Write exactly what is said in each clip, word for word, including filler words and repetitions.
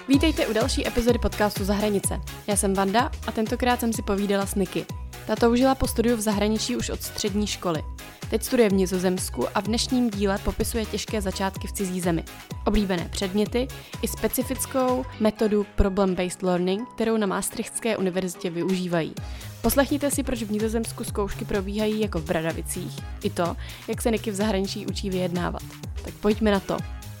Vítejte u další epizody podcastu Za hranice. Já jsem Vanda a tentokrát jsem si povídala s Niky. Ta toužila po studiu v zahraničí už od střední školy. Teď studuje v Nizozemsku a v dnešním díle popisuje těžké začátky v cizí zemi, oblíbené předměty i specifickou metodu problem-based learning, kterou na Maastrichtské univerzitě využívají. Poslechněte si, proč v Nizozemsku zkoušky probíhají jako v Bradavicích, i to, jak se Niky v zahraničí učí vyjednávat. Tak pojďme na to.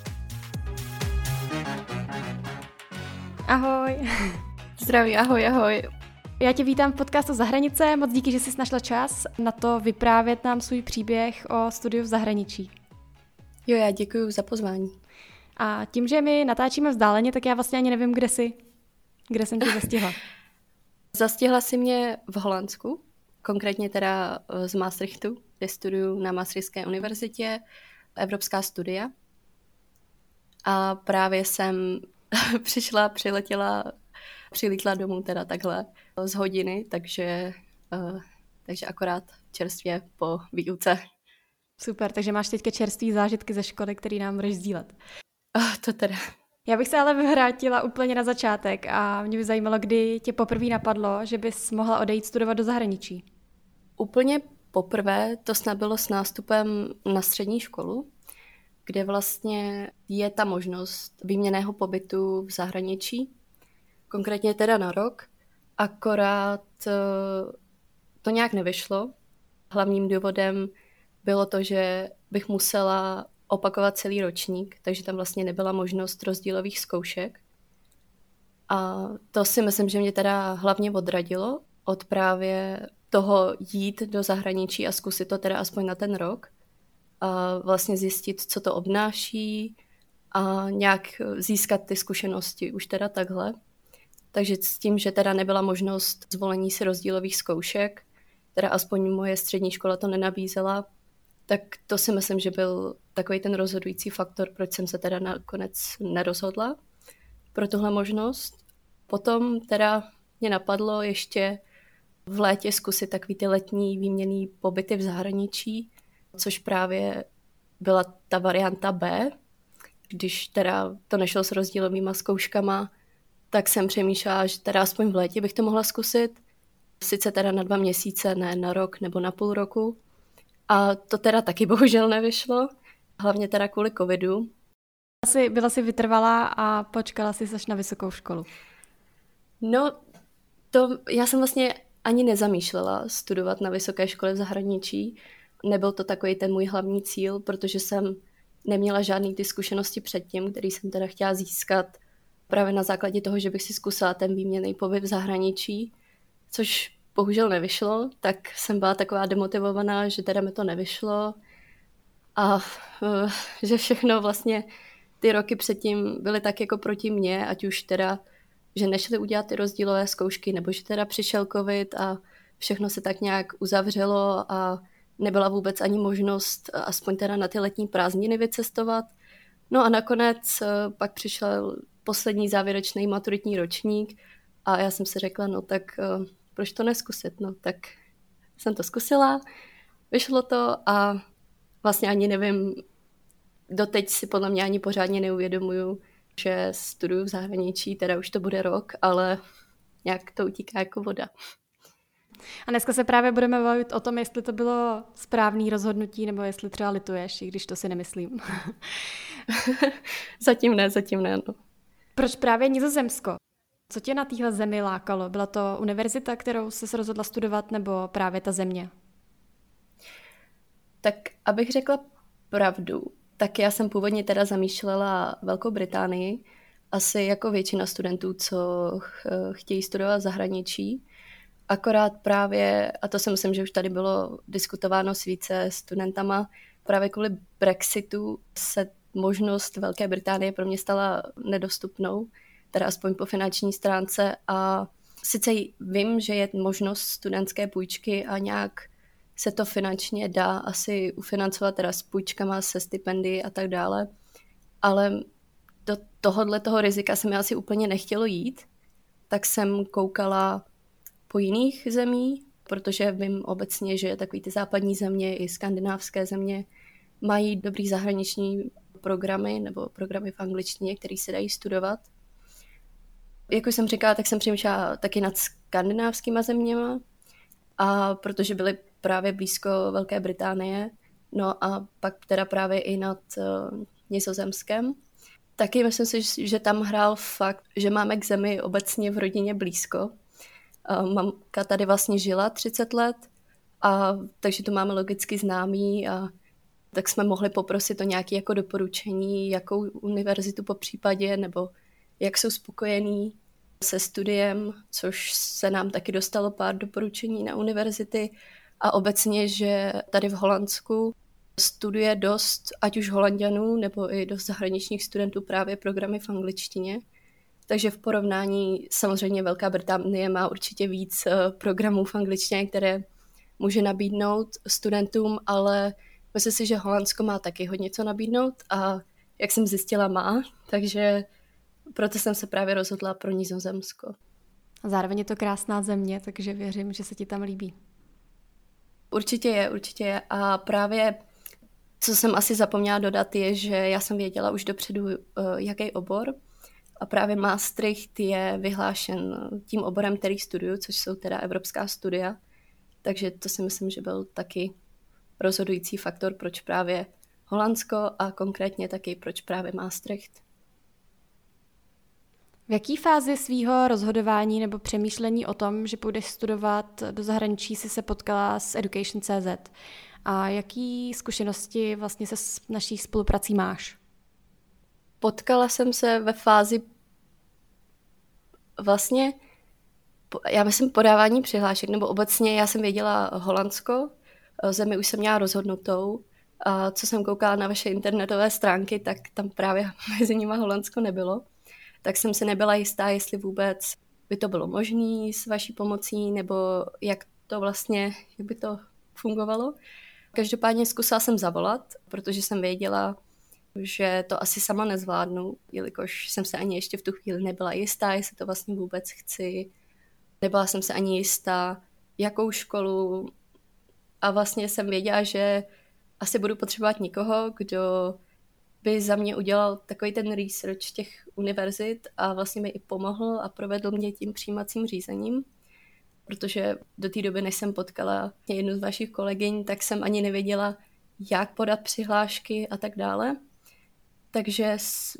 Ahoj. Zdraví, ahoj, ahoj. Já tě vítám v podcastu Za hranice, moc díky, že jsi našla čas na to vyprávět nám svůj příběh o studiu v zahraničí. Jo, já děkuji za pozvání. A tím, že my natáčíme vzdáleně, tak já vlastně ani nevím, kde jsi. Kde jsem tě zastihla? Zastihla jsi mě v Holandsku, konkrétně teda z Maastrichtu, kde studuju na Maastrichtské univerzitě, evropská studia. A právě jsem přišla, přiletěla, přilítla domů teda takhle z hodiny, takže, uh, takže akorát čerstvě po výuce. Super, takže máš teďka čerstvý zážitky ze školy, který nám budeš sdílet. Oh, to teda. Já bych se ale vrátila úplně na začátek a mě by zajímalo, kdy tě poprvé napadlo, že bys mohla odejít studovat do zahraničí. Úplně poprvé to snad bylo s nástupem na střední školu, kde vlastně je ta možnost výměnného pobytu v zahraničí, konkrétně teda na rok, akorát to nějak nevyšlo. Hlavním důvodem bylo to, že bych musela opakovat celý ročník, takže tam vlastně nebyla možnost rozdílových zkoušek. A to si myslím, že mě teda hlavně odradilo od právě toho jít do zahraničí a zkusit to teda aspoň na ten rok. A vlastně zjistit, co to obnáší a nějak získat ty zkušenosti už teda takhle. Takže s tím, že teda nebyla možnost zvolení si rozdílových zkoušek, teda aspoň moje střední škola to nenabízela, tak to si myslím, že byl takový ten rozhodující faktor, proč jsem se teda nakonec nerozhodla pro tuhle možnost. Potom teda mě napadlo ještě v létě zkusit takový ty letní výměnný pobyty v zahraničí, což právě byla ta varianta B. Když teda to nešlo s rozdílovýma zkouškama, tak jsem přemýšlela, že teda aspoň v létě bych to mohla zkusit. Sice teda na dva měsíce, ne na rok nebo na půl roku. A to teda taky bohužel nevyšlo, hlavně teda kvůli covidu. Asi, byla jsi vytrvalá a počkala jsi až na vysokou školu. No, to já jsem vlastně ani nezamýšlela studovat na vysoké škole v zahraničí. Nebyl to takový ten můj hlavní cíl, protože jsem neměla žádný ty zkušenosti předtím, který jsem teda chtěla získat právě na základě toho, že bych si zkusila ten výměnný pobyt v zahraničí, což bohužel nevyšlo, tak jsem byla taková demotivovaná, že teda mi to nevyšlo a uh, že všechno vlastně ty roky předtím byly tak jako proti mně, ať už teda, že nešli udělat ty rozdílové zkoušky, nebo že teda přišel covid a všechno se tak nějak uzavřelo a nebyla vůbec ani možnost aspoň teda na ty letní prázdniny vycestovat. No a nakonec pak přišel poslední závěrečný maturitní ročník a já jsem si řekla, no tak proč to neskusit? No tak jsem to zkusila, vyšlo to a vlastně ani nevím, doteď si podle mě ani pořádně neuvědomuju, že studuju v zahraničí, teda už to bude rok, ale nějak to utíká jako voda. A dneska se právě budeme bavit o tom, jestli to bylo správné rozhodnutí, nebo jestli třeba lituješ, i když to si nemyslím. Zatím ne, zatím ne. No. Proč právě Nizozemsko? Co tě na téhle zemi lákalo? Byla to univerzita, kterou jsi se rozhodla studovat, nebo právě ta země? Tak abych řekla pravdu, tak já jsem původně teda zamýšlela Velkou Británii, asi jako většina studentů, co chtějí studovat v zahraničí. Akorát právě, a to si myslím, že už tady bylo diskutováno s více studentama, právě kvůli Brexitu se možnost Velké Británie pro mě stala nedostupnou, teda aspoň po finanční stránce a sice vím, že je možnost studentské půjčky a nějak se to finančně dá asi ufinancovat teda s půjčkama, se stipendii a tak dále, ale do tohohle toho rizika se mi asi úplně nechtělo jít, tak jsem koukala po jiných zemí, protože vím obecně, že takový ty západní země i skandinávské země mají dobrý zahraniční programy nebo programy v angličtině, které se dají studovat. Jak už jsem říkala, tak jsem přemýšlela taky nad skandinávskýma zeměma, a protože byly právě blízko Velké Británie, no a pak teda právě i nad uh, Nizozemskem. Taky myslím si, že tam hrál fakt, že máme k zemi obecně v rodině blízko. Uh, mamka tady vlastně žila třicet let, a takže to máme logicky známý, a tak jsme mohli poprosit o nějaké jako doporučení, jakou univerzitu po případě, nebo jak jsou spokojení se studiem, což se nám taky dostalo pár doporučení na univerzity, a obecně, že tady v Holandsku studuje dost, ať už Holanďanů, nebo i dost zahraničních studentů právě programy v angličtině. Takže v porovnání samozřejmě Velká Británie má určitě víc programů v angličtině, které může nabídnout studentům, ale myslím si, že Holandsko má taky hodně co nabídnout, a jak jsem zjistila, má, takže proto jsem se právě rozhodla pro Nizozemsko. Zároveň je to krásná země, takže věřím, že se ti tam líbí. Určitě je, určitě je. A právě, co jsem asi zapomněla dodat, je, že já jsem věděla už dopředu, jaký obor. A právě Maastricht je vyhlášen tím oborem, který studuju, což jsou teda evropská studia. Takže to si myslím, že byl taky rozhodující faktor, proč právě Holandsko, a konkrétně taky proč právě Maastricht. V jaký fázi svýho rozhodování nebo přemýšlení o tom, že půjdeš studovat do zahraničí, si se potkala s Education tečka cé zet? A jaký zkušenosti vlastně se s naší spoluprací máš? Potkala jsem se ve fázi vlastně, já myslím podávání přihlášek, nebo obecně já jsem věděla Holandsko, zemi už jsem měla rozhodnutou, a co jsem koukala na vaše internetové stránky, tak tam právě mezi nimi Holandsko nebylo. Tak jsem si nebyla jistá, jestli vůbec by to bylo možné s vaší pomocí, nebo jak to vlastně, jak by to fungovalo. Každopádně zkusila jsem zavolat, protože jsem věděla, že to asi sama nezvládnu, jelikož jsem se ani ještě v tu chvíli nebyla jistá, jestli to vlastně vůbec chci. Nebyla jsem se ani jistá, jakou školu, a vlastně jsem věděla, že asi budu potřebovat někoho, kdo by za mě udělal takový ten research těch univerzit a vlastně mi i pomohl a provedl mě tím přijímacím řízením, protože do té doby, než jsem potkala jednu z vašich kolegyň, tak jsem ani nevěděla, jak podat přihlášky a tak dále. Takže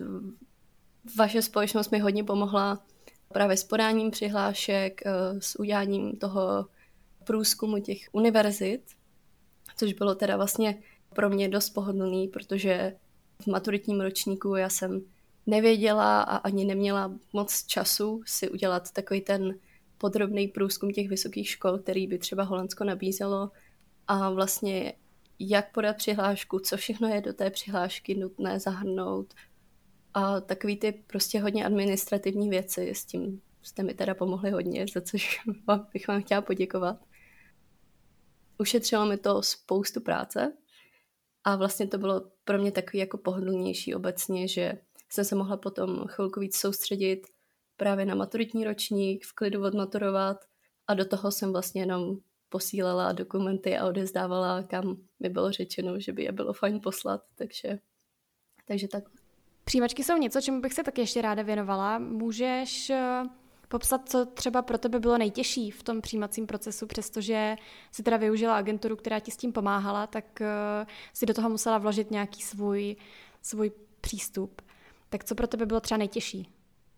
vaše společnost mi hodně pomohla právě s podáním přihlášek, s uděláním toho průzkumu těch univerzit, což bylo teda vlastně pro mě dost pohodlný, protože v maturitním ročníku já jsem nevěděla a ani neměla moc času si udělat takový ten podrobný průzkum těch vysokých škol, který by třeba Holandsko nabízelo, a vlastně jak podat přihlášku, co všechno je do té přihlášky nutné zahrnout, a takový ty prostě hodně administrativní věci. S tím jste mi teda pomohli hodně, za což bych vám chtěla poděkovat. Ušetřilo mi to spoustu práce a vlastně to bylo pro mě takový jako pohodlnější obecně, že jsem se mohla potom chvilku víc soustředit právě na maturitní ročník, v klidu odmaturovat, a do toho jsem vlastně jenom posílala dokumenty a odezdávala, kam mi bylo řečeno, že by je bylo fajn poslat, takže, takže tak. Přijímačky jsou něco, čemu bych se taky ještě ráda věnovala. Můžeš popsat, co třeba pro tebe bylo nejtěžší v tom přijímacím procesu, přestože si teda využila agenturu, která ti s tím pomáhala, tak si do toho musela vložit nějaký svůj, svůj přístup. Tak co pro tebe bylo třeba nejtěžší?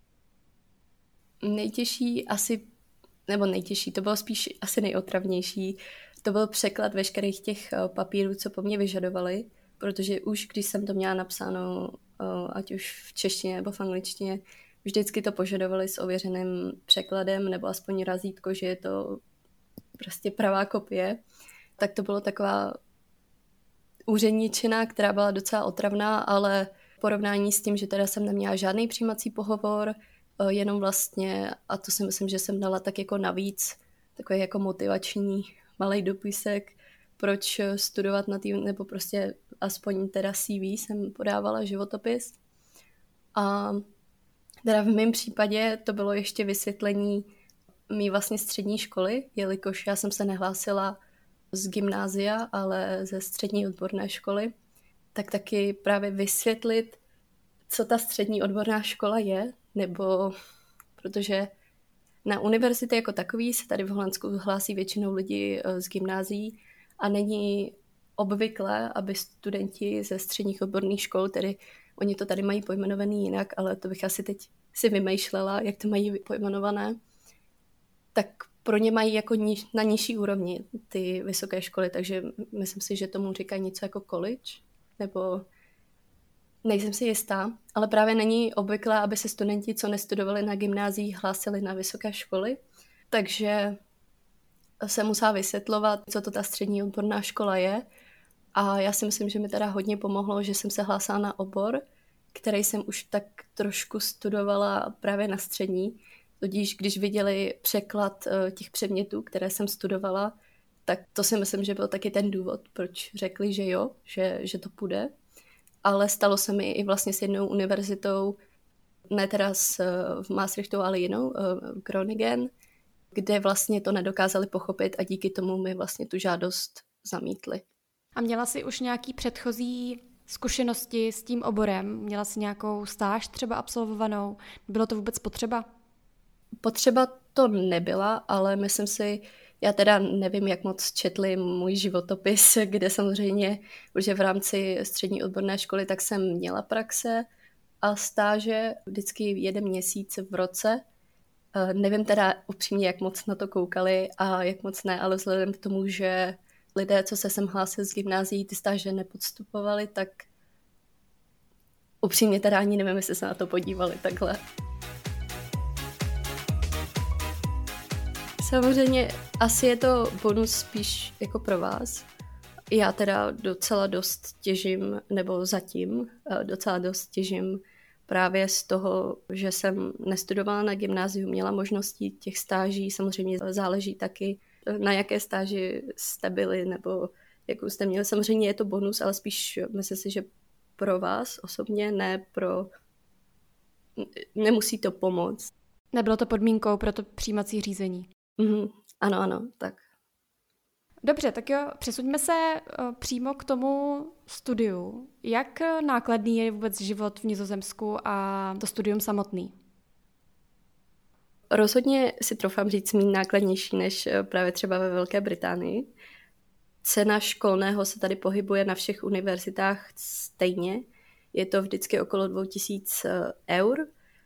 Nejtěžší asi, nebo nejtěžší, to bylo spíš asi nejotravnější, to byl překlad veškerých těch papírů, co po mně vyžadovali, protože už když jsem to měla napsáno, ať už v češtině nebo v angličtině, vždycky to požadovali s ověřeným překladem, nebo aspoň razítko, že je to prostě pravá kopie. Tak to bylo taková úředničina, která byla docela otravná, ale v porovnání s tím, že teda jsem neměla žádný přijímací pohovor, jenom vlastně, a to si myslím, že jsem dala tak jako navíc, takový jako motivační malej dopisek, proč studovat na tým, nebo prostě aspoň teda C V jsem podávala životopis. A teda v mém případě to bylo ještě vysvětlení mý vlastně střední školy, jelikož já jsem se nehlásila z gymnázia, ale ze střední odborné školy, tak taky právě vysvětlit, co ta střední odborná škola je, nebo protože na univerzity jako takový se tady v Holandsku hlásí většinou lidi z gymnázií a není obvyklé, aby studenti ze středních odborných škol, tedy oni to tady mají pojmenovaný jinak, ale to bych asi teď si vymýšlela, jak to mají pojmenované, tak pro ně mají jako niž, na nižší úrovni ty vysoké školy, takže myslím si, že tomu říkají něco jako college, nebo nejsem si jistá, ale právě není obvyklé, aby se studenti, co nestudovali na gymnáziích, hlásili na vysoké školy, takže se musela vysvětlovat, co to ta střední odborná škola je. A já si myslím, že mi teda hodně pomohlo, že jsem se hlásila na obor, který jsem už tak trošku studovala právě na střední. Tudíž když viděli překlad těch předmětů, které jsem studovala, tak to si myslím, že byl taky ten důvod, proč řekli, že jo, že, že to půjde. Ale stalo se mi i vlastně s jednou univerzitou, ne teda s, v Maastrichtu, ale jinou, v Groningen, kde vlastně to nedokázali pochopit a díky tomu mi vlastně tu žádost zamítli. A měla jsi už nějaký předchozí zkušenosti s tím oborem? Měla jsi nějakou stáž třeba absolvovanou? Bylo to vůbec potřeba? Potřeba to nebyla, ale myslím si, já teda nevím, jak moc četli můj životopis, kde samozřejmě, protože v rámci střední odborné školy, tak jsem měla praxe a stáže vždycky jeden měsíc v roce. Nevím teda upřímně, jak moc na to koukali a jak moc ne, ale vzhledem k tomu, že lidé, co se sem hlásili z gymnázií, ty stáže nepodstupovali, tak upřímně teda ani nevím, jestli se na to podívali takhle. Samozřejmě asi je to bonus spíš jako pro vás. Já teda docela dost těžím, nebo zatím docela dost těžím právě z toho, že jsem nestudovala na gymnáziu, měla možnosti těch stáží, samozřejmě záleží taky, na jaké stáži jste byli, nebo jakou jste měli. Samozřejmě je to bonus, ale spíš myslím si, že pro vás osobně, ne pro... Nemusí to pomoct. Nebylo to podmínkou pro to přijímací řízení? Mm, ano, ano, tak. Dobře, tak jo, přesuňme se uh, přímo k tomu studiu. Jak nákladný je vůbec život v Nizozemsku a to studium samotný? Rozhodně si troufám říct méně nákladnější než právě třeba ve Velké Británii. Cena školného se tady pohybuje na všech univerzitách stejně. Je to vždycky okolo dvě tisíce eur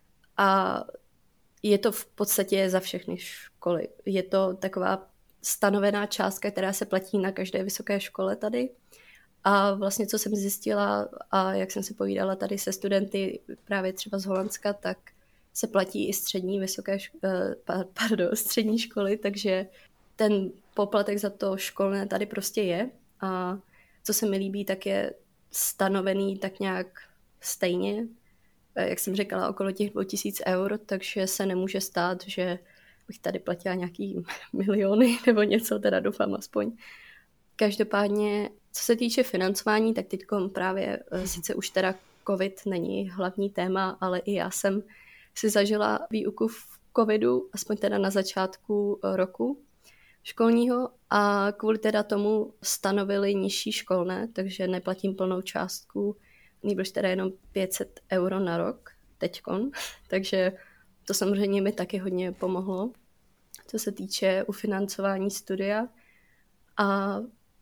a je to v podstatě za všechny školy. Je to taková stanovená částka, která se platí na každé vysoké škole tady. A vlastně, co jsem zjistila a jak jsem si povídala tady se studenty právě třeba z Holandska, tak se platí i střední vysoké školy, pardon, střední školy, takže ten poplatek za to školné tady prostě je. A co se mi líbí, tak je stanovený tak nějak stejně, jak jsem říkala, okolo těch dvou tisíc eur, takže se nemůže stát, že bych tady platila nějaký miliony nebo něco, teda doufám aspoň. Každopádně, co se týče financování, tak teď právě sice už teda covid není hlavní téma, ale i já jsem si zažila výuku v covidu, aspoň teda na začátku roku školního a kvůli teda tomu stanovili nižší školné, takže neplatím plnou částku, nýbrž teda jenom pět set euro na rok teďkon, takže to samozřejmě mi taky hodně pomohlo, co se týče ufinancování studia. A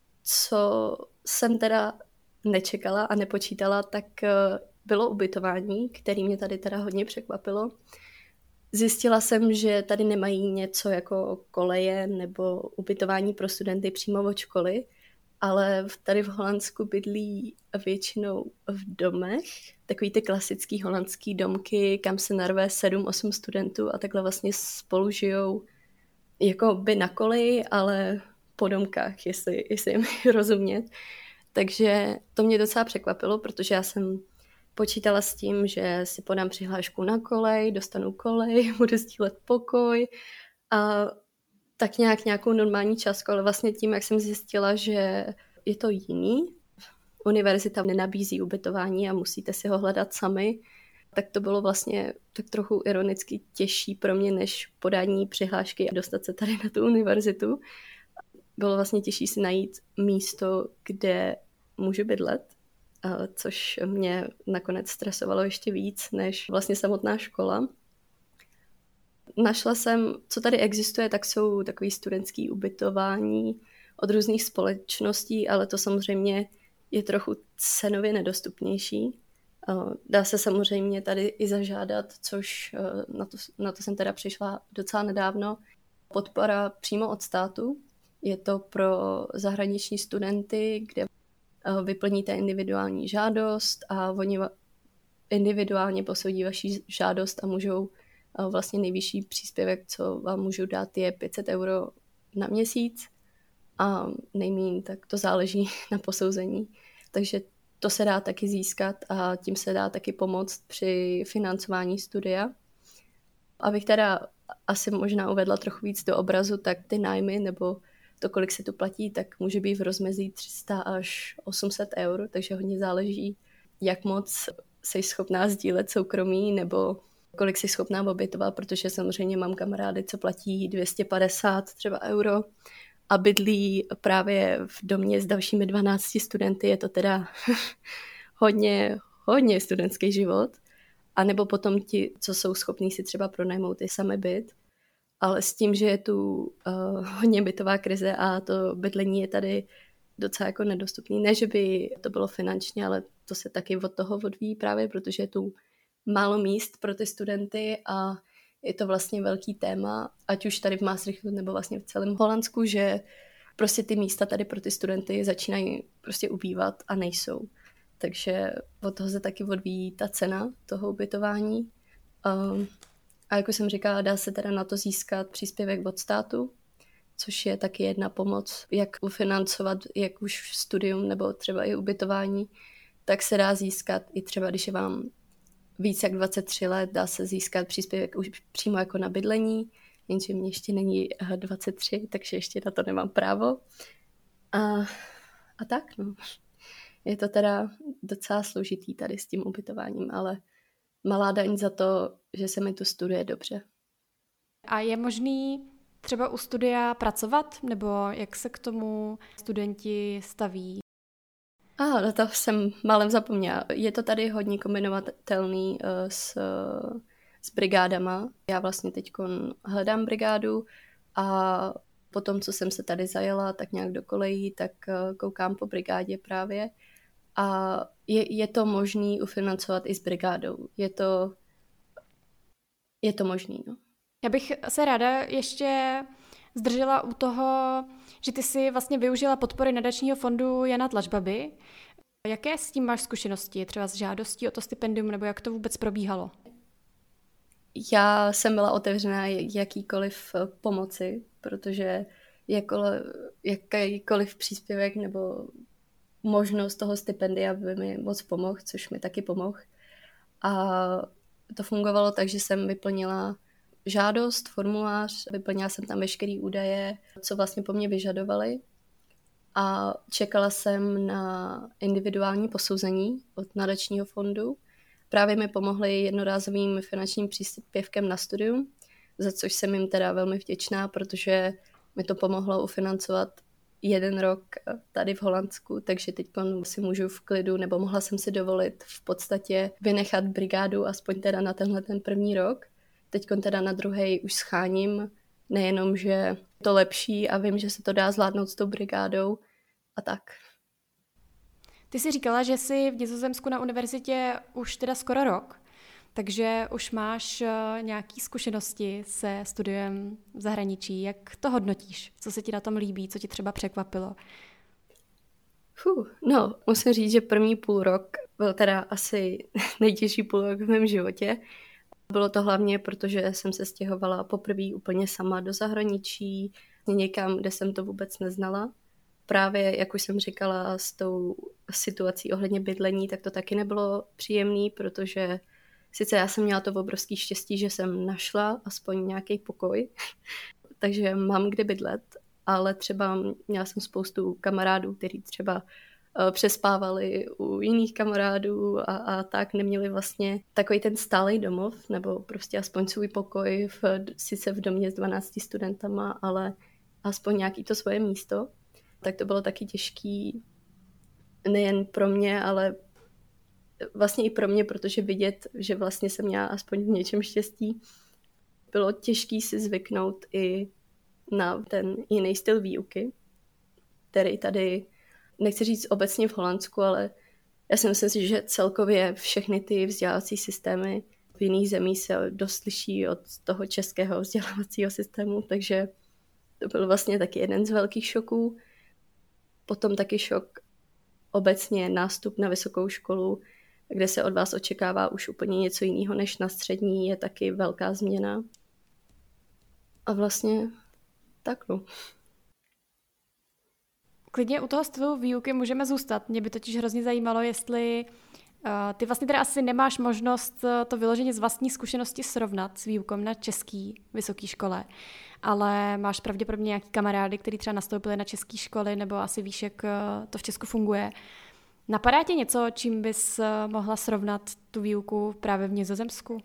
co jsem teda nečekala a nepočítala, tak bylo ubytování, který mě tady teda hodně překvapilo. Zjistila jsem, že tady nemají něco jako koleje nebo ubytování pro studenty přímo od školy, ale tady v Holandsku bydlí většinou v domech, takový ty klasický holandský domky, kam se narve sedm osm studentů a takhle vlastně spolu žijou jako by na koleji, ale po domkách, jestli, jestli je mi rozumět. Takže to mě docela překvapilo, protože já jsem počítala s tím, že si podám přihlášku na kolej, dostanu kolej, budu sdílet pokoj a tak nějak nějakou normální částku, ale vlastně tím, jak jsem zjistila, že je to jiný, univerzita nenabízí ubytování a musíte si ho hledat sami, tak to bylo vlastně tak trochu ironicky těžší pro mě, než podání přihlášky a dostat se tady na tu univerzitu. Bylo vlastně těžší si najít místo, kde můžu bydlet, což mě nakonec stresovalo ještě víc než vlastně samotná škola. našla jsem, co tady existuje, tak jsou takový studentský ubytování od různých společností, ale to samozřejmě je trochu cenově nedostupnější. Dá se samozřejmě tady i zažádat, což na to, na to jsem teda přišla docela nedávno, podpora přímo od státu. Je to pro zahraniční studenty, kde vyplníte individuální žádost a oni individuálně posoudí vaši žádost a můžou vlastně nejvyšší příspěvek, co vám můžu dát, je pět set euro na měsíc a nejméně, tak to záleží na posouzení. Takže to se dá taky získat a tím se dá taky pomoct při financování studia. Abych teda asi možná uvedla trochu víc do obrazu, tak ty nájmy nebo to, kolik se tu platí, tak může být v rozmezí tři sta až osm set eur, takže hodně záleží, jak moc jsi schopná sdílet soukromí nebo kolik jsi schopná obětovat, protože samozřejmě mám kamarády, co platí dvě stě padesát třeba euro a bydlí právě v domě s dalšími dvanácti studenty, je to teda hodně, hodně studentský život. A nebo potom ti, co jsou schopní si třeba pronajmout i sami byt, ale s tím, že je tu uh, hodně bytová krize a to bydlení je tady docela jako nedostupný. Ne, že by to bylo finančně, ale to se taky od toho odvíjí právě, protože je tu málo míst pro ty studenty a je to vlastně velký téma, ať už tady v Maastrichtu nebo vlastně v celém Holandsku, že prostě ty místa tady pro ty studenty začínají prostě ubývat a nejsou. Takže od toho se taky odvíjí ta cena toho ubytování. Um, a jako jsem říkala, dá se teda na to získat příspěvek od státu, což je taky jedna pomoc, jak ufinancovat, jak už studium nebo třeba i ubytování, tak se dá získat i třeba, když je vám víc jak dvacet tři let, dá se získat příspěvek už přímo jako na bydlení, jenže mě ještě není dvacet tři, takže ještě na to nemám právo. A, a tak, no. Je to teda docela složitý tady s tím ubytováním, ale malá daň za to, že se mi tu studuje dobře. A je možný třeba u studia pracovat, nebo jak se k tomu studenti staví? A ah, to jsem málem zapomněla. Je to tady hodně kombinovatelný uh, s, uh, s brigádama. Já vlastně teď hledám brigádu a potom, co jsem se tady zajela, tak nějak do kolejí, tak uh, koukám po brigádě právě. A je, je to možný ufinancovat i s brigádou. Je to, je to možný, no. Já bych se ráda ještě zdržela u toho, že ty jsi vlastně využila podpory nadačního fondu Jana Tlačbaby. Jaké s tím máš zkušenosti, třeba s žádostí o to stipendium, nebo jak to vůbec probíhalo? Já jsem byla otevřená jakýkoliv pomoci, protože jakýkoliv příspěvek nebo možnost toho stipendia by mi moc pomohl, což mi taky pomohl. A to fungovalo tak, že jsem vyplnila žádost, formulář, vyplnila jsem tam veškeré údaje, co vlastně po mně vyžadovali a čekala jsem na individuální posouzení od nadačního fondu. Právě mi pomohli jednorázovým finančním příspěvkem na studium, za což jsem jim teda velmi vděčná, protože mi to pomohlo ufinancovat jeden rok tady v Holandsku, takže teď si můžu v klidu, nebo mohla jsem si dovolit v podstatě vynechat brigádu aspoň teda na tenhle ten první rok. Teď teda na druhý už scháním, nejenom, že to lepší a vím, že se to dá zvládnout s tou brigádou a tak. Ty jsi říkala, že jsi v Nizozemsku na univerzitě už teda skoro rok, takže už máš nějaké zkušenosti se studiem v zahraničí. Jak to hodnotíš? Co se ti na tom líbí? Co ti třeba překvapilo? Fuh, no, musím říct, že první půl rok byl teda asi nejtěžší půl rok v mém životě. Bylo to hlavně, protože jsem se stěhovala poprvé úplně sama do zahraničí, někam, kde jsem to vůbec neznala. Právě, jak už jsem říkala, s tou situací ohledně bydlení, tak to taky nebylo příjemný, protože sice já jsem měla to obrovský štěstí, že jsem našla aspoň nějaký pokoj, takže mám kde bydlet, ale třeba měla jsem spoustu kamarádů, kteří třeba přespávali u jiných kamarádů a, a tak neměli vlastně takový ten stálej domov, nebo prostě aspoň svůj pokoj, v, sice v domě s dvanácti studentama, ale aspoň nějaký to svoje místo. Tak to bylo taky těžký nejen pro mě, ale vlastně i pro mě, protože vidět, že vlastně jsem měla aspoň v něčem štěstí. bylo těžké si zvyknout i na ten jiný styl výuky, který tady, nechci říct obecně v Holandsku, ale já si myslím, že celkově všechny ty vzdělávací systémy v jiných zemích se dost liší od toho českého vzdělávacího systému, takže to byl vlastně taky jeden z velkých šoků. Potom taky šok obecně nástup na vysokou školu, kde se od vás očekává už úplně něco jiného než na střední, je taky velká změna. A vlastně tak no. Klidně u toho stylu výuky můžeme zůstat. Mě by totiž hrozně zajímalo, jestli uh, ty vlastně teda asi nemáš možnost to vyloženě z vlastní zkušenosti srovnat s výukou na český vysoké škole, ale máš pravděpodobně nějaký kamarády, kteří třeba nastoupili na české školy, nebo asi víš, jak to v Česku funguje. Napadá tě něco, čím bys mohla srovnat tu výuku právě v Nizozemsku?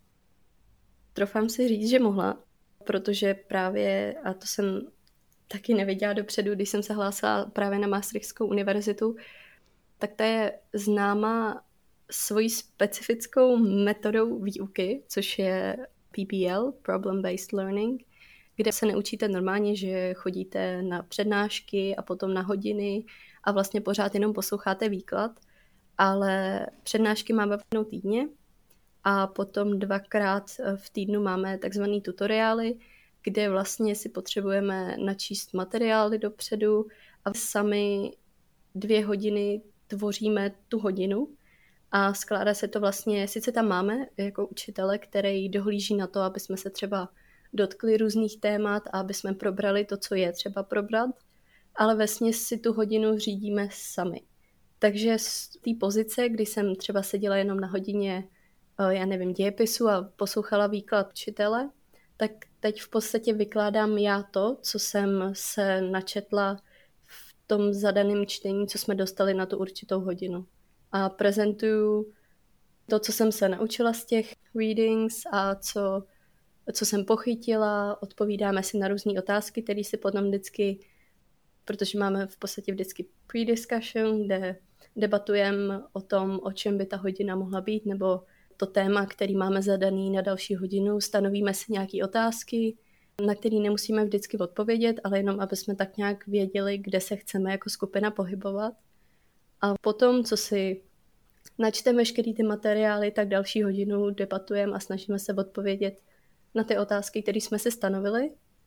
Troufám si říct, že mohla, protože právě, a to jsem taky nevěděla dopředu, když jsem se hlásila právě na Maastrichtskou univerzitu, tak ta je známá svojí specifickou metodou výuky, což je P B L, Problem Based Learning, kde se neučíte normálně, že chodíte na přednášky a potom na hodiny a vlastně pořád jenom posloucháte výklad, ale přednášky máme jednou týdně a potom dvakrát v týdnu máme takzvaný tutoriály, kde vlastně si potřebujeme načíst materiály dopředu a sami dvě hodiny tvoříme tu hodinu a skládá se to vlastně, sice tam máme jako učitele, který dohlíží na to, aby jsme se třeba dotkli různých témat a aby jsme probrali to, co je třeba probrat, ale vesměs si tu hodinu řídíme sami. Takže z té pozice, kdy jsem třeba seděla jenom na hodině, já nevím, dějepisu a poslouchala výklad učitele, tak teď v podstatě vykládám já to, co jsem se načetla v tom zadaném čtení, co jsme dostali na tu určitou hodinu. A prezentuju to, co jsem se naučila z těch readings a co, co jsem pochytila, odpovídáme si na různé otázky, které si potom vždycky, protože máme v podstatě vždycky pre-discussion, kde debatujeme o tom, o čem by ta hodina mohla být, nebo to téma, který máme zadaný na další hodinu, stanovíme si nějaké otázky, na které nemusíme vždycky odpovědět, ale jenom, aby jsme tak nějak věděli, kde se chceme jako skupina pohybovat. A potom, co si načteme veškerý ty materiály, tak další hodinu debatujeme a snažíme se odpovědět na ty otázky, které jsme si stanovili.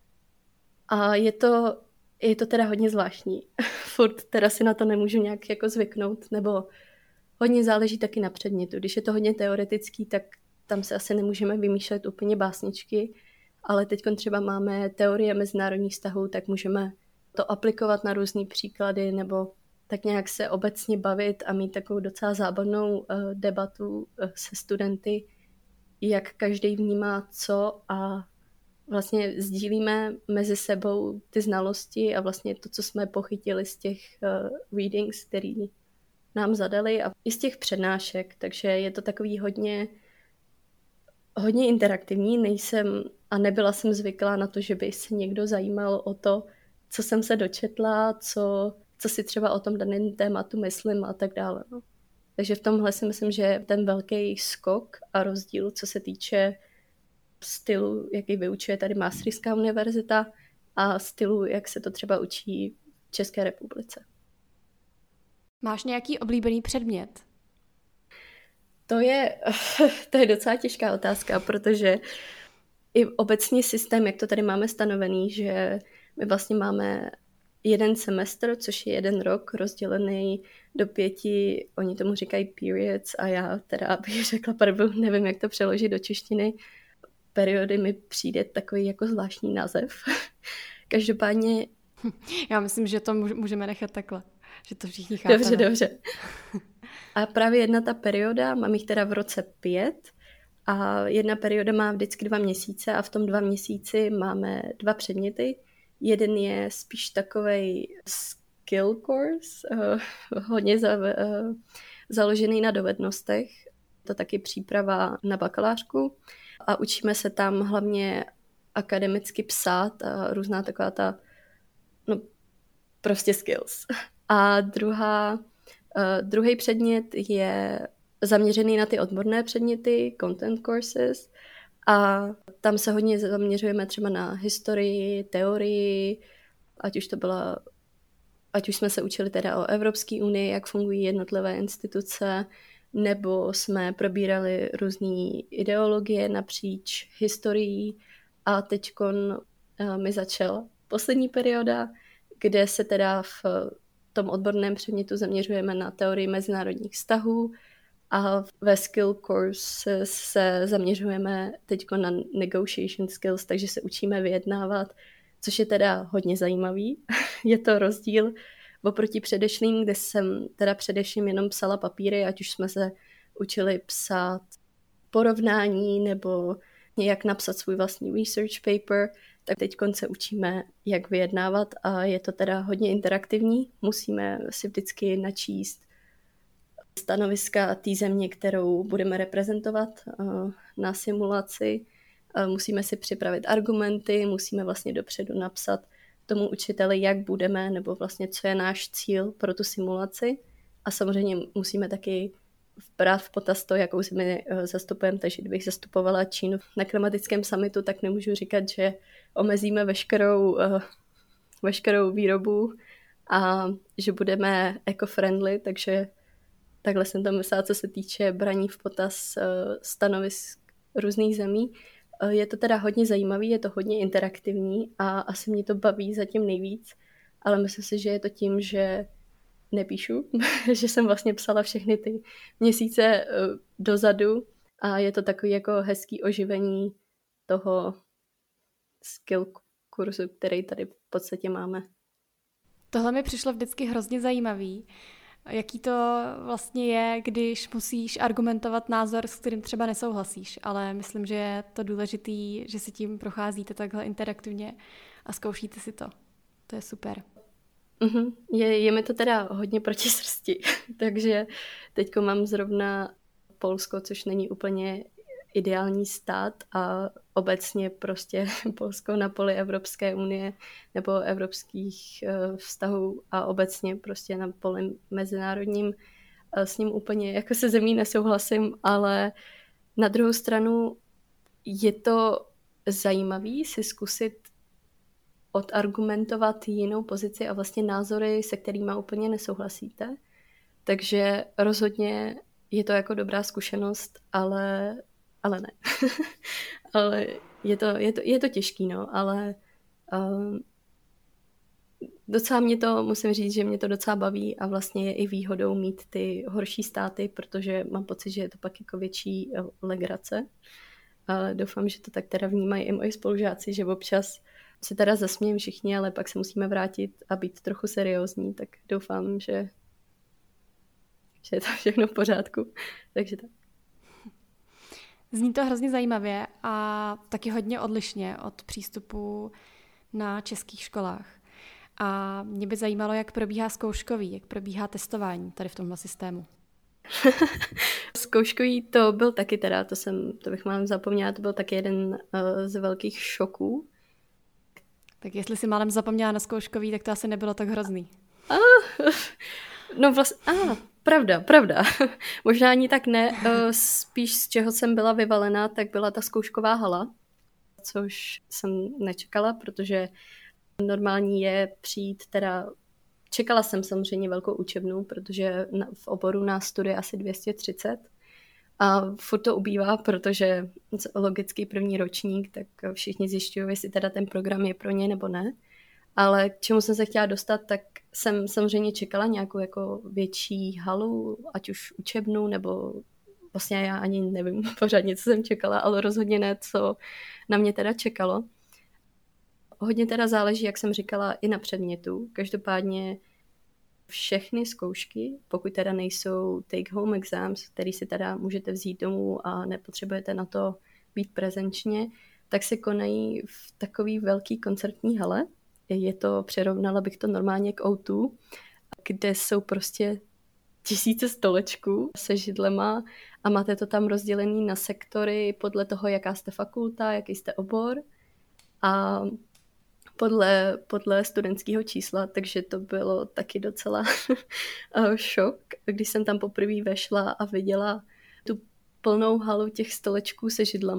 A je to, je to teda hodně zvláštní. Furt teda si na to nemůžu nějak jako zvyknout, nebo hodně záleží taky na předmětu. Když je to hodně teoretický, tak tam se asi nemůžeme vymýšlet úplně básničky, ale teď třeba máme teorie mezinárodních vztahů, tak můžeme to aplikovat na různý příklady nebo tak nějak se obecně bavit a mít takovou docela zábavnou uh, debatu uh, se studenty, jak každý vnímá co a vlastně sdílíme mezi sebou ty znalosti a vlastně to, co jsme pochytili z těch uh, readings, který nám zadali a i z těch přednášek, takže je to takový hodně, hodně interaktivní. Nejsem a nebyla jsem zvyklá na to, že by se někdo zajímal o to, co jsem se dočetla, co, co si třeba o tom daném tématu myslím a tak dále. No. Takže v tomhle si myslím, že ten velký skok a rozdíl, co se týče stylu, jaký vyučuje tady Maastrichtská univerzita a stylu, jak se to třeba učí v České republice. Máš nějaký oblíbený předmět? To je, to je docela těžká otázka, protože i obecný systém, jak to tady máme stanovený, že my vlastně máme jeden semestr, což je jeden rok rozdělený do pěti, oni tomu říkají periods a já teda bych řekla, pardon, nevím, jak to přeložit do češtiny. Periody mi přijde takový jako zvláštní název. Každopádně... Já myslím, že to můžeme nechat takhle, že to všichni chápeme. Dobře, dobře. A právě jedna ta perioda, mám jich teda v roce pět a jedna perioda má vždycky dva měsíce a v tom dva měsíci máme dva předměty. Jeden je spíš takovej skill course, uh, hodně za, uh, založený na dovednostech. To taky příprava na bakalářku a učíme se tam hlavně akademicky psát a různá taková ta, no prostě skills. A druhá, uh, druhý předmět je zaměřený na ty odborné předměty, content courses, A tam se hodně zaměřujeme třeba na historii, teorii, ať už to byla, ať už jsme se učili teda o Evropské unii, jak fungují jednotlivé instituce, nebo jsme probírali různé ideologie napříč historií a teďkon mi začala poslední perioda, kde se teda v tom odborném předmětu zaměřujeme na teorii mezinárodních vztahů a ve skill course se zaměřujeme teďko na negotiation skills, takže se učíme vyjednávat, což je teda hodně zajímavý. Je to rozdíl oproti předešlým, kde jsem teda především jenom psala papíry, ať už jsme se učili psát porovnání nebo nějak napsat svůj vlastní research paper, tak teď se učíme, jak vyjednávat a je to teda hodně interaktivní. Musíme si vždycky načíst stanoviska té země, kterou budeme reprezentovat na simulaci. Musíme si připravit argumenty, musíme vlastně dopředu napsat tomu učiteli, jak budeme, nebo vlastně co je náš cíl pro tu simulaci. A samozřejmě musíme taky brát v potaz to, jakou zemi zastupujeme. Takže kdybych zastupovala Čínu na klimatickém summitu, tak nemůžu říkat, že omezíme veškerou, veškerou výrobu a že budeme eco-friendly, takže takhle jsem to myslela, co se týče braní v potaz stanovisk různých zemí. Je to teda hodně zajímavý, je to hodně interaktivní a asi mě to baví zatím nejvíc, ale myslím si, že je to tím, že nepíšu, že jsem vlastně psala všechny ty měsíce dozadu a je to takový jako hezký oživení toho skill kurzu, který tady v podstatě máme. Tohle mi přišlo vždycky hrozně zajímavý. Jaký to vlastně je, když musíš argumentovat názor, s kterým třeba nesouhlasíš, ale myslím, že je to důležitý, že si tím procházíte takhle interaktivně a zkoušíte si to. To je super. Mm-hmm. Je, je mi to teda hodně proti srsti, takže teďko mám zrovna Polsko, což není úplně ideální stát a obecně prostě Polsko na poli Evropské unie nebo evropských uh, vztahů a obecně prostě na poli mezinárodním uh, s ním úplně jako se zemí nesouhlasím, ale na druhou stranu je to zajímavý si zkusit odargumentovat jinou pozici a vlastně názory, se kterými úplně nesouhlasíte. Takže rozhodně je to jako dobrá zkušenost, ale ale ne. ale je to, je, to, je to těžký, no, ale um, docela mě to, musím říct, že mě to docela baví a vlastně je i výhodou mít ty horší státy, protože mám pocit, že je to pak jako větší legrace. A doufám, že to tak teda vnímají i moji spolužáci, že občas se teda zasmějím všichni, ale pak se musíme vrátit a být trochu seriózní, tak doufám, že, že je to všechno v pořádku. Takže tak. Zní to hrozně zajímavě a taky hodně odlišně od přístupu na českých školách. A mě by zajímalo, jak probíhá zkouškový, jak probíhá testování tady v tomhle systému. Zkouškový to byl taky teda, to, jsem, to bych mám zapomněla, to byl taky jeden uh, z velkých šoků. Tak jestli si málem zapomněla na zkouškový, tak to asi nebylo tak hrozný. Ah, no vlastně, ah, pravda, pravda. Možná ani tak ne, uh, spíš z čeho jsem byla vyvalená, tak byla ta zkoušková hala, což jsem nečekala, protože normální je přijít teda, čekala jsem samozřejmě velkou učebnu, protože v oboru nás studuje asi dvě stě třicet a furt to ubývá, protože logický první ročník, tak všichni zjišťují, jestli teda ten program je pro ně nebo ne. Ale k čemu jsem se chtěla dostat, tak jsem samozřejmě čekala nějakou jako větší halu, ať už učebnu, nebo vlastně já ani nevím pořádně, co jsem čekala, ale rozhodně ne, co na mě teda čekalo. Hodně teda záleží, jak jsem říkala, i na předmětu. Každopádně všechny zkoušky, pokud teda nejsou take-home exams, který si teda můžete vzít domů a nepotřebujete na to být prezenčně, tak se konají v takový velký koncertní hale. Je to, přirovnala bych to normálně k ó dva, kde jsou prostě tisíce stolečků se židlema a máte to tam rozdělený na sektory podle toho, jaká jste fakulta, jaký jste obor a podle, podle studentského čísla, takže to bylo taky docela šok, když jsem tam poprvé vešla a viděla tu plnou halu těch stolečků se židlama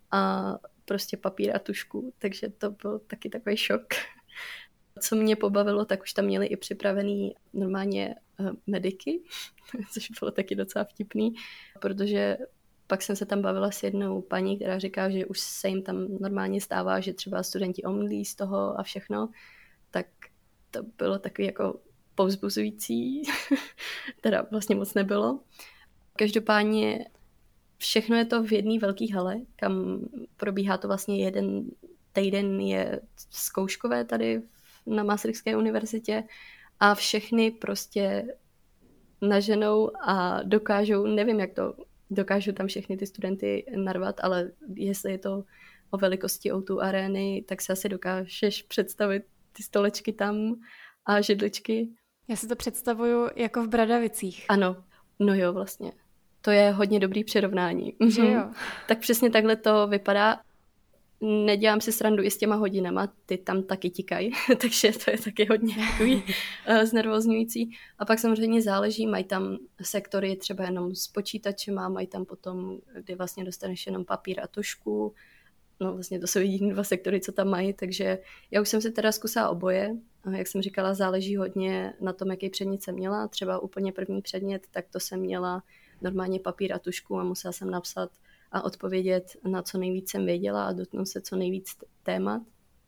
a prostě papír a tušku, takže to byl taky takový šok. Co mě pobavilo, tak už tam měli i připravený normálně mediky, což bylo taky docela vtipný, protože pak jsem se tam bavila s jednou paní, která říká, že už se jim tam normálně stává, že třeba studenti omdlí z toho a všechno, tak to bylo takový jako povzbuzující, teda vlastně moc nebylo. Každopádně všechno je to v jedné velké hale, kam probíhá to vlastně jeden týden je zkouškové tady na Maastrichtské univerzitě a všechny prostě naženou a dokážou, nevím jak to dokážu tam všechny ty studenty narvat, ale jestli je to o velikosti ó dvě arény, tak si asi dokážeš představit ty stolečky tam a židličky. Já si to představuju jako v Bradavicích. Ano, no jo vlastně. To je hodně dobrý přirovnání. Že jo? Tak přesně takhle to vypadá. Nedělám si srandu i s těma hodinama, ty tam taky tikají, takže to je taky hodně takový znervozňující. A pak samozřejmě záleží, mají tam sektory třeba jenom s počítačema, mají tam potom, kdy vlastně dostaneš jenom papír a tušku. No vlastně to jsou jediné dva sektory, co tam mají, takže já už jsem si teda zkusila oboje. Jak jsem říkala, záleží hodně na tom, jaký předmět jsem měla. Třeba úplně první předmět, tak to jsem měla normálně papír a tušku a musela jsem napsat a odpovědět na co nejvíc jsem věděla a dotknout se co nejvíc témat.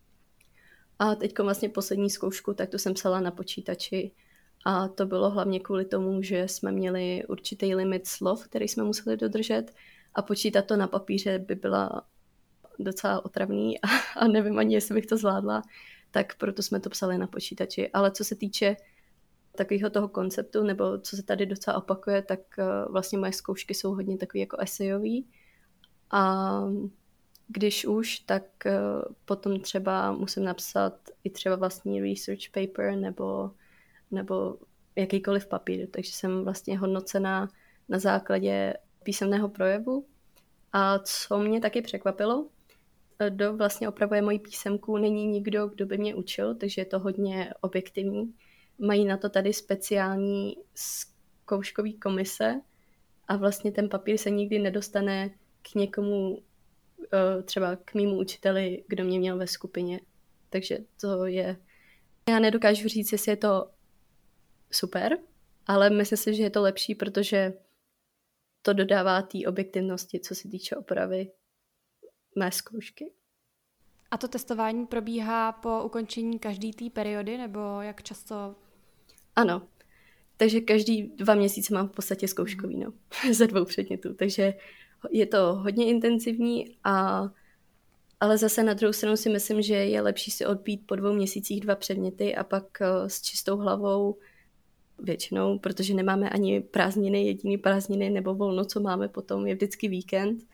A teď vlastně poslední zkoušku, tak to jsem psala na počítači a to bylo hlavně kvůli tomu, že jsme měli určitý limit slov, který jsme museli dodržet a počítat to na papíře by byla docela otravný a, a nevím ani, jestli bych to zvládla, tak proto jsme to psali na počítači. Ale co se týče takového toho konceptu, nebo co se tady docela opakuje, tak vlastně moje zkoušky jsou hodně takový jako esejový. A když už, tak potom třeba musím napsat i třeba vlastní research paper nebo, nebo jakýkoliv papír. Takže jsem vlastně hodnocená na základě písemného projevu. A co mě taky překvapilo, kdo vlastně opravuje moji písemku, není nikdo, kdo by mě učil, takže je to hodně objektivní. Mají na to tady speciální zkouškový komise a vlastně ten papír se nikdy nedostane k někomu, třeba k mému učiteli, kdo mě měl ve skupině. Takže to je... Já nedokážu říct, jestli je to super, ale myslím si, že je to lepší, protože to dodává té objektivnosti, co se týče opravy mé zkoušky. A to testování probíhá po ukončení každé té periody, nebo jak často? Ano, takže každý dva měsíce mám v podstatě zkouškový, no, ze dvou předmětů, takže je to hodně intenzivní, a, ale zase na druhou stranu si myslím, že je lepší si odbít po dvou měsících dva předměty a pak s čistou hlavou většinou, protože nemáme ani prázdniny, jediný prázdniny nebo volno, co máme potom, je vždycky víkend.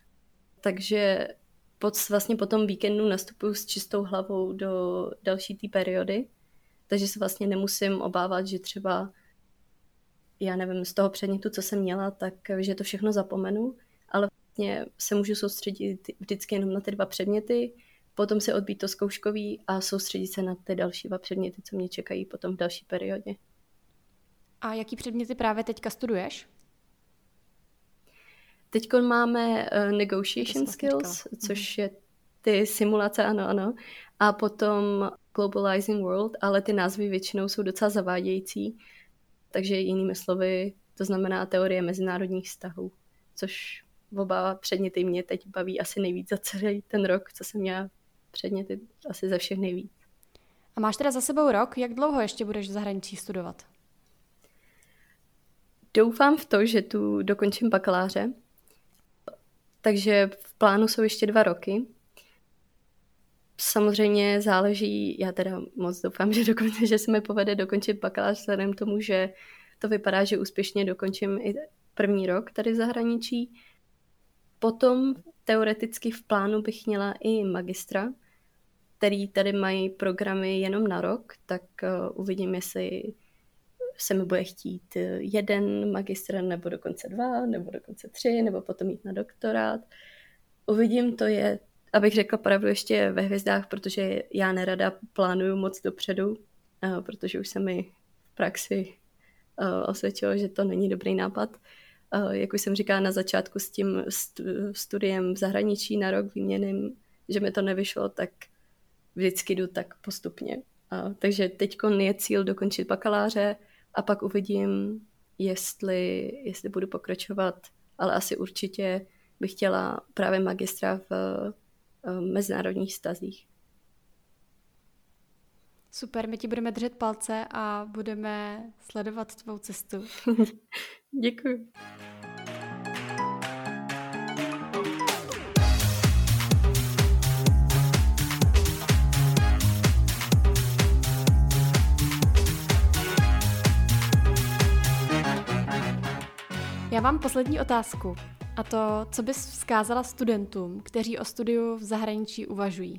Takže pod, vlastně po tom víkendu nastupuju s čistou hlavou do další té periody, takže se vlastně nemusím obávat, že třeba, já nevím, z toho předmětu, co jsem měla, tak že to všechno zapomenu, ale vlastně se můžu soustředit vždycky jenom na ty dva předměty, potom se odbít to zkouškový a soustředit se na ty další dva předměty, co mě čekají potom v další periodě. A jaký předměty právě teďka studuješ? Teď máme uh, negotiation skills, říkala. což je ty simulace, ano, ano. A potom globalizing world, ale ty názvy většinou jsou docela zavádějící. Takže jinými slovy, to znamená teorie mezinárodních vztahů, což oba předměty mě teď baví asi nejvíc za celý ten rok, co jsem měla předměty asi za všech nejvíc. A máš teda za sebou rok, jak dlouho ještě budeš v zahraničí studovat? Doufám v to, že tu dokončím bakaláře, takže v plánu jsou ještě dva roky. Samozřejmě záleží, já teda moc doufám, že, dokončím, že se mi povede dokončit bakalář, vzhledem k tomu, že to vypadá, že úspěšně dokončím i první rok tady v zahraničí. Potom teoreticky v plánu bych měla i magistra, který tady mají programy jenom na rok, tak uh, uvidím, jestli se mi bude chtít jeden magistr, nebo dokonce dva, nebo dokonce tři, nebo potom jít na doktorát. Uvidím, to je, abych řekla pravdu, ještě ve hvězdách, protože já nerada plánuju moc dopředu, protože už se mi v praxi osvědčilo, že to není dobrý nápad. jak už jsem říkala na začátku s tím studiem v zahraničí na rok výměným, že mi to nevyšlo, tak vždycky jdu tak postupně. A, takže teď je cíl dokončit bakaláře a pak uvidím, jestli, jestli budu pokračovat, ale asi určitě bych chtěla právě magistra v, v mezinárodních vztazích. Super, my ti budeme držet palce a budeme sledovat tvou cestu. Děkuji. Já mám poslední otázku, a to, co bys vzkázala studentům, kteří o studiu v zahraničí uvažují?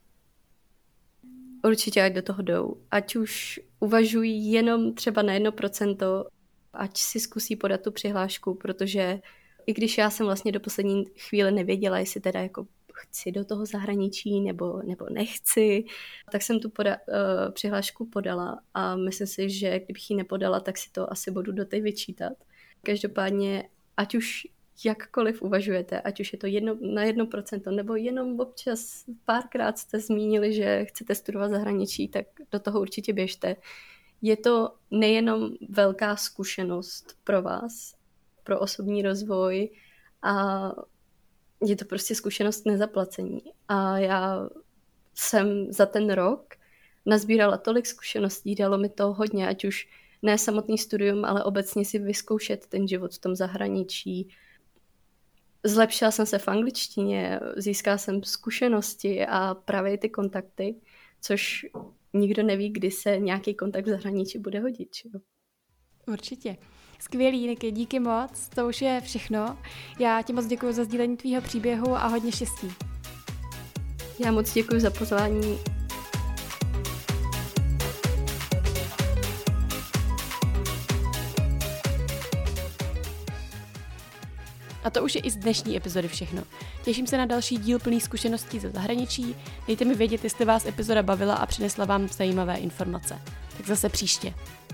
Určitě, ať do toho jdou. Ať už uvažují jenom třeba na jedno procento, ať si zkusí podat tu přihlášku, protože i když já jsem vlastně do poslední chvíle nevěděla, jestli teda jako chci do toho zahraničí nebo, nebo nechci, tak jsem tu poda, uh, přihlášku podala a myslím si, že kdybych ji nepodala, tak si to asi budu doteď vyčítat. Každopádně, ať už jakkoliv uvažujete, ať už je to jedno, na jedno procento, nebo jenom občas párkrát jste zmínili, že chcete studovat zahraničí, tak do toho určitě běžte. Je to nejenom velká zkušenost pro vás, pro osobní rozvoj a je to prostě zkušenost nezaplacení. A já jsem za ten rok nazbírala tolik zkušeností, dalo mi to hodně, ať už ne samotný studium, ale obecně si vyzkoušet ten život v tom zahraničí. Zlepšila jsem se v angličtině, získala jsem zkušenosti a právě ty kontakty, což nikdo neví, kdy se nějaký kontakt v zahraničí bude hodit. Čo? Určitě. Skvělý, Niky, díky moc, to už je všechno. Já ti moc děkuji za sdílení tvýho příběhu a hodně štěstí. Já moc děkuji za pozvání. A to už je i z dnešní epizody všechno. Těším se na další díl plný zkušeností ze zahraničí. Dejte mi vědět, jestli vás epizoda bavila a přinesla vám zajímavé informace. Tak zase příště.